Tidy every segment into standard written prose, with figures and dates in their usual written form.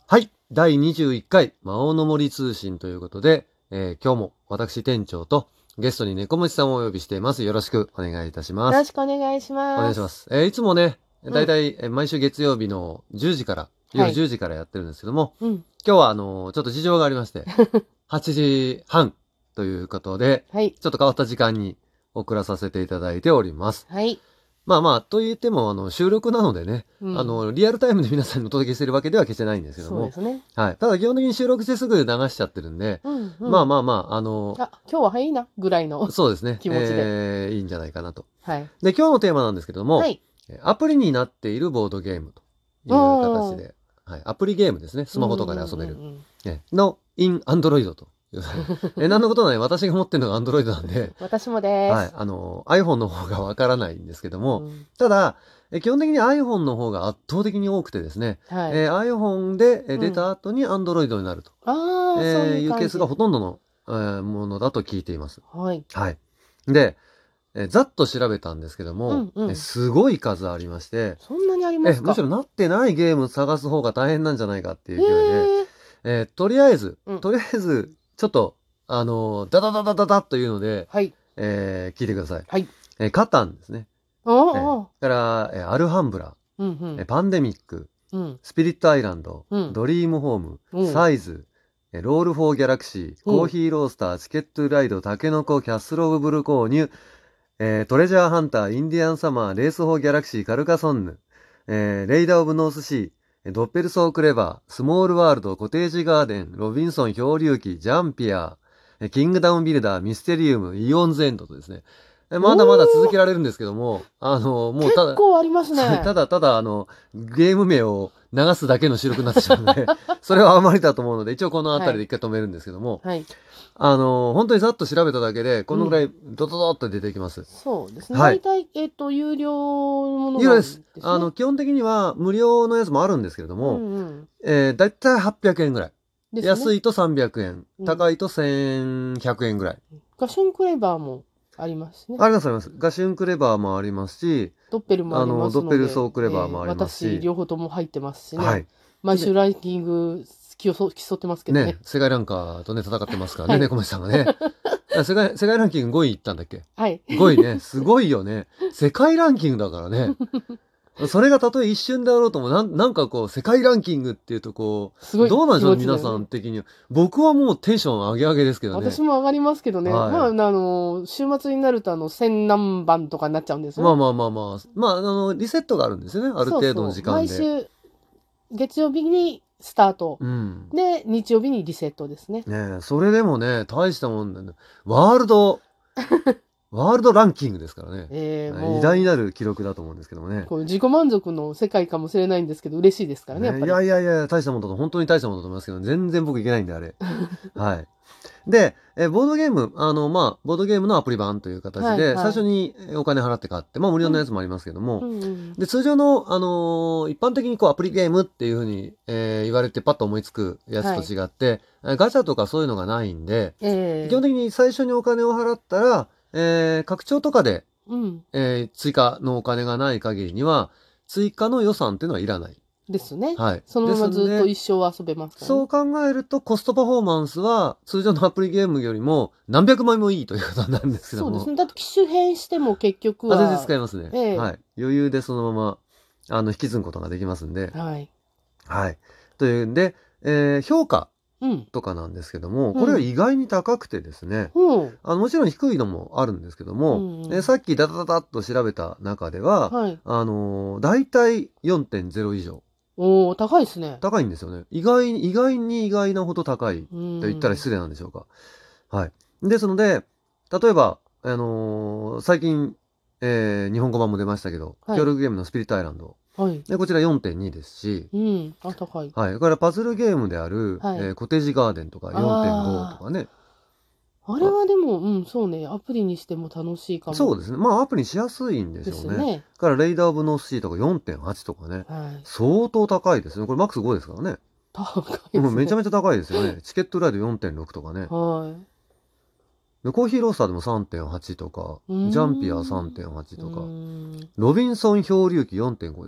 はい。第21回魔王の森通信ということで、今日も私店長とゲストに猫虫さんをお呼びしています。よろしくお願いいたします。 よろしくお願いしお願ます。 いします。いつもね、だいうん。 たい毎週月曜日の10時から、夜はい。 10時からやってるんですけども、 うん。 今日はちょっと事情がありまして、8時半ということで、 はい。 ちょっと変わった時間に送らさせていただいております。 はい。 まあまあ、と言っても、収録なのでね、 うん。 リアルタイムで皆さんにお届けしてるわけでは決してないんですけども、 そうですね。 はい。ただ基本的に収録してすぐ流しちゃってるんで、 うんうん。 まあまあまあ、 あ、今日は早いな、ぐらいのそうですね、 気持ちで。 いいんじゃないかなと。 はい。 で、今日のテーマなんですけども、 はい。 アプリになっているボードゲームとういう形ん。 で、はい。アプリゲームですね。スうんマホとかうんで遊べる。 うんの、in Android という。 うん。 何のことない。私が持ってるのが Android なんで、 私もではい。 す。 iPhone の方がわからないんですけども、 うん。 ただ、基本的に iPhone の方が圧倒的に多くてですね、 はい。 iPhone で出うん。 た後に Android になると、 ああ、そういういうケースが感じ。 ほとんどの、ものだと聞いています。 はい。 はい。で、ざっと調べたんですけども、 うんうん。 すごい数ありまして、 そんなにありますか？ むしろなってないゲーム探す方が大変なんじゃないかっていうへ勢いで、 え。 とりあえず、 うん。 ちょっと、ダダダダダダというので、 はい。 聞いてください。 はい。 カタンですね。 ああ、ああ。 から、アルハンブラ、 うんうん。 パンデミック、 うん。 スピリットアイランド、 うん。 ドリームホーム、 うん。 サイズ、ロールフォーギャラクシー、 うん。 コーヒーロースター、チケットライド、タケノコ、キャッスルオブブル購入、トレジャーハンター、インディアンサマー、レースフォーギャラクシー、カルカソンヌ、レイダーオブノースシー、ドッペルソークレバー、スモールワールド、コテージガーデン、ロビンソン漂流記、ジャンピアー、キングダウンビルダー、ミステリウム、イオンズエンドとですね、 おまだまだ続けー、 られるんですけども、もう結ただ、 構ありますね。 ただただゲーム名を流すだけの収録になってしまうので、それはあまりだと思うので、一応この辺はい。 りで一回止めるんですけども、 はい。 本当にざっと調べただけで、こうん。 のぐらいドドドっと出てきます。 そうですね。 はい。 大体、有料のものなん有料です。 ですね。 基本的には無料のやつもあるんですけれどうも、 んうん。 だいたい800円ぐらい。 ですね。 安いと300円。 うん。 高いと1100円ぐらい。 ガションクレバーもありますね。 ありますあります。ガシュンクレバーもありますし、 ドッペルもありまドッペルすので、 ソークレバーもあります私、 し、 両方とも入ってますしね。 はい。で、 毎週ランキング競ってますけどね、 ね。 世界ランカーとね、戦ってますからね、 はい。 猫町さんがね。世界ランキング5位いったんだっけ？ はい。 5 位ね。すごいよね。世界ランキングだからね。それがたとえ一瞬であろうとも、なんかこう、世界ランキングっていうとこすごう、どうなんでしょう、 い気持ちだ皆さんよね。 的には。僕はもうテンション上げ上げですけどね。 私も上がりますけどね。まあ、 はい。 週末になると、千何番とかになっちゃうんですよね。 まあまあまあまあ。まあ、リセットがあるんですよね。ある程度のそうそう。 時間で。 毎週、月曜日にスタート。 うん。 で、日曜日にリセットですね。 ねえ、それでもね、大したもんだね。ワールド、ワールドランキングですからね。偉大もなる記録だと思うんですけどもう、 ね。 こう自己満足の世界かもしれないんですけど、嬉しいですからね、やっね、いぱり。 やいやいや、大したもんだと、本当に大したもんだと思いますけど、全然僕いけないんで、あれ。はい。で、ボードゲーム、ボードゲームのアプリ版という形で、最はいはい。 初にお金払って買って、まあ無料うん、 のやつもありますけども、 うんうん。 で、通常の、一般的にこうアプリゲームっていうふうに、言われてパッと思いつくやつとはい。 違って、ガチャとかそういうのがないんで、基本ええ的に最初にお金を払ったら、拡張とかで、 うん。 追加のお金がない限りには、追加の予算っていうのはいらない。 ですね。 はい。 そのですままずっとんで、 一生遊べますからね。 そう考えるとコストパフォーマンスは通常のアプリゲームよりも何百倍もいいということになるんですけども。 そうですね。だって機種変しても結局あ、全然は、 使えますね。 ええはい。余裕でそのまま、引き継ぐことができますんで。 はい。 はい。というんで、評価うん。 とかなんですけども、これはうん。 意外に高くてですね、 うん。 もちろん低いのもあるんですけどうも、 ん。 さっきダダダダッと調べた中では、 はい。 だいたい4.0以上。 おー、高いですね。 高いんですよね。意外なほど高いうと言ったらん。 失礼なんでしょうか。はい。ですので、例えば、最近、日本語版も出ましたけど、 はい。 協力ゲームのスピリットアイランド。 はい。 で、こちら4.2ですし、 うん。あ、高い。 はい。それからパズルゲームである、 はい。 コテージガーデンとか4.5とあかね。 あ。あれあ、 はでも、うん、そうね。アプリにしても楽しいかも。 そうですね。まあ、アプリしやすいんでしでょうね。 すね。 から、レイダーオブノースシーとか4.8とかね。 はい。 相当高いですね。これマックス5ですからね。 高いですね。 もうめちゃめちゃ高いですよね。チケットライド4.6とかね。 はでコーヒーロースターでも3.8とか、 い。うージャンピアーん。 3.8 うとか、 ーん。 ロビンソン漂流記4.5ですよ。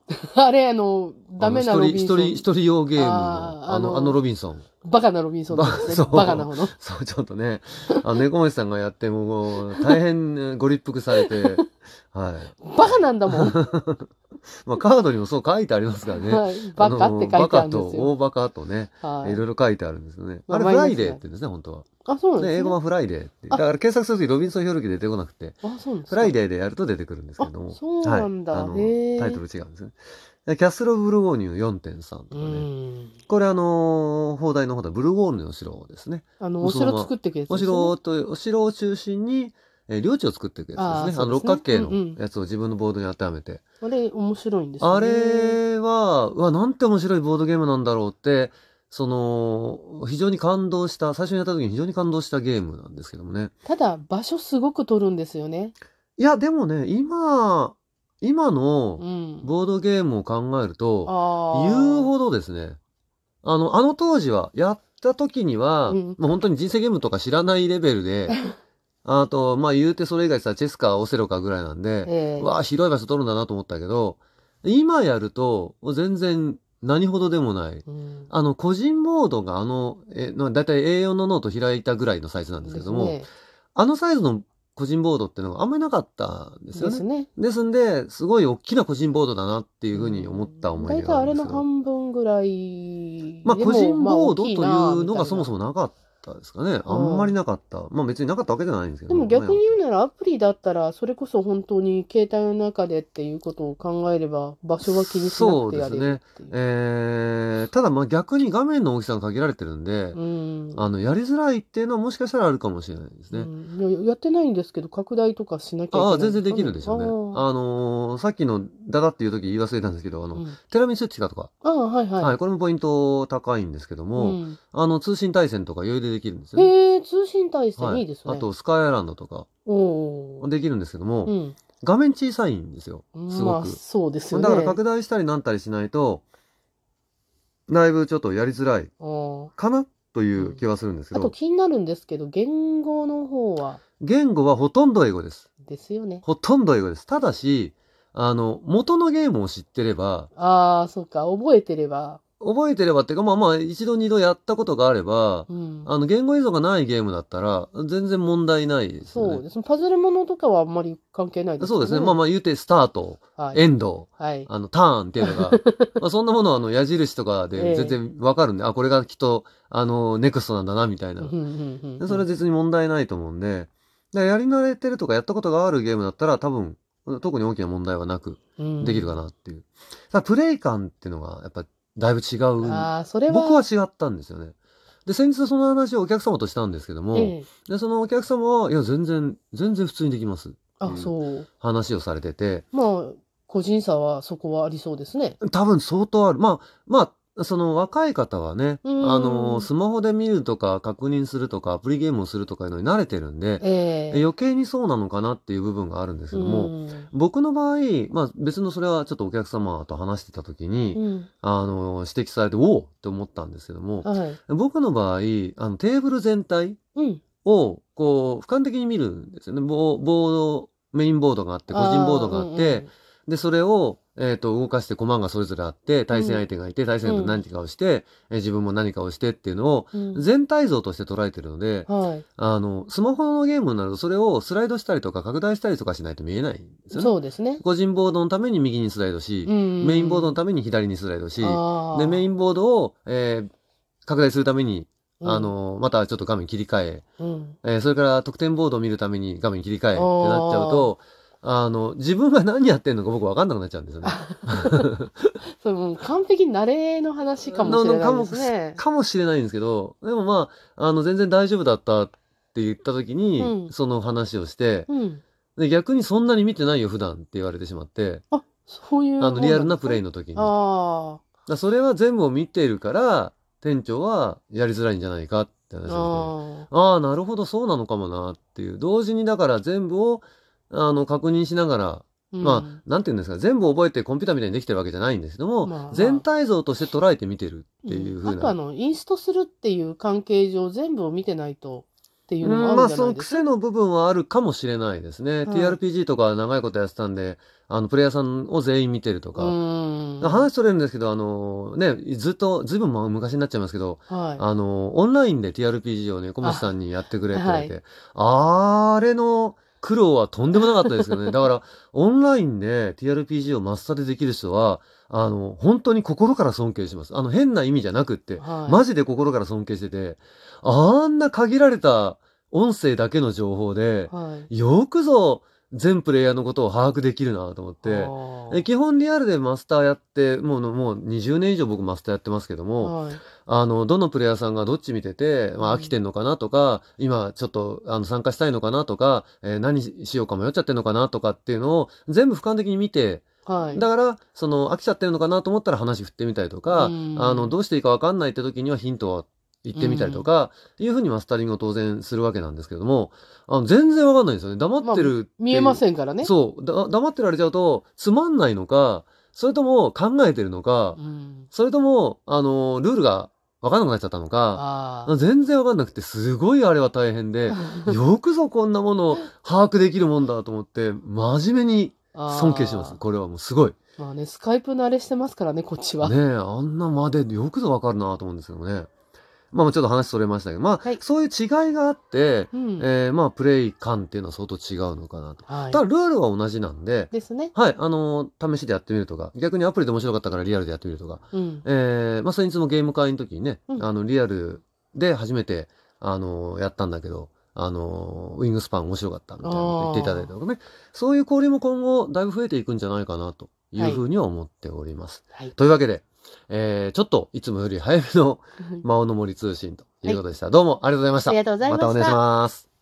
あれ、ダメなロビンソン。 一人用ゲームあーの、ロビンソン。 バカなロビンソンですね。 そうバカな方の。 そう、ちょっとね、猫虫さんがやってもう、大変ご立腹されて、はい。 バカなんだもん。 まあ、カードにもそう書いてありますからね。 はい。バカって書いてあるんですバカとよ。 大バカとね、 はいいろいろ書いてあるんですよね。 まああれ、フライデーって言うんですね、本当は。 あ、そうなんですね、 ね。 英語はフライデーって。だあから検索するときロビンソン・ヒョルキ出てこなくて、 あ、そうなんですか。 フライデーでやると出てくるんですけども。 あそうなんだはい。 へータイトル違うんですね。でキャッスル・オブ・ブルゴーニュ4.3とかうね。 ん。 これ放題の方だ、ブルゴーニュの城ですね。 お城作っていくやつおですよね。 お城を中心に、領地を作っていくやつですね。 あーそうですね六角形のうんうんやつを自分のボードに当てはめて。 あれ、面白いんですよあね。 れは、なんて面白いボードゲームなんだろうって、非常に感動した、最初にやった時に非常に感動したゲームなんですけどもね。 ただ、場所すごく取るんですよね。 いや、でもね、今のうん。 ボードゲームを考えると、 ああ。 言うほどですね、あの当時は、やった時には、 うんもう本当に人生ゲームとか知らないレベルで、あと、まあ言うてそれ以外さ、チェスかオセロかぐらいなんで、 ええわあ、広い場所取るんだなと思ったけど、今やると、全然何ほどでもない。 うん個人モードがだいたい A4 のノート開いたぐらいのサイズなんですけども、 ですね。 あのサイズの個人ボードっていうのがあんまりなかったんですよね。 ですね。 ですんで、すごい大きな個人ボードだなっていうふうに思った思い出大体あれのがあるんですけど。 半分ぐらいまあ、 でも個人ボードといまあ大きなうのがそもそみもなかったですかね。あんまりなかった。まあ別になかったわけじゃないんですけど。 たいなでも逆にね言うならアプリだったらそれこそ本当に携帯の中でっていうことを考えれば場所は気にしなくてやれるっていう。 ただまあ逆に画面の大きさが限られてるんで、 うんやりづらいっていうのはもしかしたらあるかもしれないですね。 やってないんですけど拡大とかしなきゃいけないんですかね。 全然できるでしょうね。さっきのダダっていう時言い忘れたんですけど、テラミスッチカとか。 はいはい。 はい、これもポイント高いんですけども、通信対戦とか余裕でできるんですよね。 へえ、通信対戦はいいですね。 あと、スカイアイランドとかできるんですけども、画面小さいんですよ。すごく。 そうですよね。 だから拡大したりなんたりしないと、だいぶちょっとやりづらいかなという気はするんですけあとど、 気になるんですけど、言語の方は言語はほとんど英語です。 ですよね。 ほとんど英語です。ただし、元のゲームを知ってれば、 ああ、そうか、覚えてれば。 覚えてればっていうか、まあ一度二度やったことがあれば、言語依存がないゲームだったら、全然問題ないですよね。 そうです。パズルものとかはあんまり関係ないですそうですね。まあ言うて、スタート、エンド、ターンっていうのが、まあそんなものは矢印とかで全然わかるんで、これがきっと、ネクストなんだな、みたいな。それは別に問題ないと思うんで、やり慣れてるとかやったことがあるゲームだったら多分、特に大きな問題はなく、できるかなっていう。プレイ感っていうのが、やっぱ、だいぶ違う。僕は違ったんですよね。で、先日その話をお客様としたんですけども、で、そのお客様は、いや、全然普通にできます。そう話をされてて。 まあ、個人差はそこはありそうですね。 多分相当ある。まあ、その若い方はね、スマホで見るとか確認するとかアプリゲームをするとかいうのに慣れてるんで、余計にそうなのかなっていう部分があるんですけども、僕の場合、まあ別のそれはちょっとお客様と話してた時に、指摘されて、おおって思ったんですけども、僕の場合、テーブル全体をこう俯瞰的に見るんですよね。ボード、メインボードがあって、個人ボードがあって、で、それを、動かしてコマがそれぞれあって、対戦相手がいて、対戦相手が何かをして、自分も何かをしてっていうのを、全体像として捉えてるので、スマホのゲームになると、それをスライドしたりとか拡大したりとかしないと見えないんですよね。 そうですね。 個人ボードのために右にスライドし、メインボードのために左にスライドし、で、メインボードを、拡大するために、またちょっと画面切り替え、それから得点ボードを見るために画面切り替えってなっちゃうと、自分が何やってんのか僕分かんなくなっちゃうんですよね。 完璧に慣れの話かもしれないですね。 かもしれないんですけど、でもまあ、全然大丈夫だったって言った時に、その話をして、で、逆にそんなに見てないよ、普段って言われてしまって、 そういうリアルなプレイの時に。それは全部を見ているから、店長はやりづらいんじゃないかって話をして、なるほど、そうなのかもなっていう。同時にだから全部を、確認しながら、なんていうんですか、全部覚えてコンピューターみたいにできてるわけじゃないんですけども、全体像として捉えて見てるっていうふうな。 あとインストするっていう関係上全部を見てないと。 っていうのもあまあ、そのるんじゃないですか。 癖の部分はあるかもしれないですね。 はい。 TRPG とか長いことやってたんで、プレイヤーさんを全員見てるとうか。 ーん。 話それるんですけど、ずっと、ずいぶん昔になっちゃいますけど、 はい。 オンラインで TRPG をね、小松さあ、 んにやってくれって言わはい。 れて、あれの苦労はとんでもなかったですけどね。だから、オンラインで TRPG をマスターでできる人は、本当に心から尊敬します。変な意味じゃなくって、 はい。 マジで心から尊敬してて、あんな限られた音声だけの情報で、 はい。 よくぞ全プレイヤーのことを把握できるなと思って、 あ基本リアルでマスターやって、もう20年以上僕マスターやってますけどあ。 も、 はい。 どのプレイヤーさんがどっち見てて、まあ飽きてんのかなとか、今ちょっと参加したいのかなとか、何しようか迷っちゃってんのかなとかっていうのを全部俯瞰的に見て、 はい。 だから、飽きちゃってるのかなと思ったら話振ってみたりとうか、 ーん。 どうしていいかわかんないって時にはヒントを言ってみたりとか、いうふうにマスタリングを当然するわけなんですけども、全然わかんないんですよね。黙まあ、 ってるっ見えまていう、 せんからね。 そう、黙ってられちゃうと、つまんないのか、それとも考えてるのか、 うん。 それとも、ルールがわかんなくなっちゃったのか、 あ全然わかんなくて、すごいあれは大変で、よくぞこんなものを把握できるもんだと思って、真面目に尊敬します。 あ。あこれはもうすごい。 あ。まあね、スカイプ慣れしてますからね、こっちは。 ねえ、あんなまでよくぞわかるなと思うんですけどね。まあちょっと話それましたけど、まあはい。 そういう違いがあって、 うん。 まあプレイ感っていうのは相当違うのかなと。 はい。 ただルールは同じなんで、 ですね。 はい、試しでやってみるとか、逆にアプリで面白かったからリアルでやってみるとか、 うん。 まあ先日もゲーム会の時にね、 うん。 リアルで初めて、やったんだけど、ウィングスパン面白かったみたいなこと言っていただいたあとかね、そういう交流も今後だいぶ増えていくんじゃないかなといあ。はい。 うふうには思っております。 はい。 というわけで、ちょっといつもより早めの魔王の森通信ということでした。どうもありがとうございました。 ありがとうございまたお願いしました。 ます。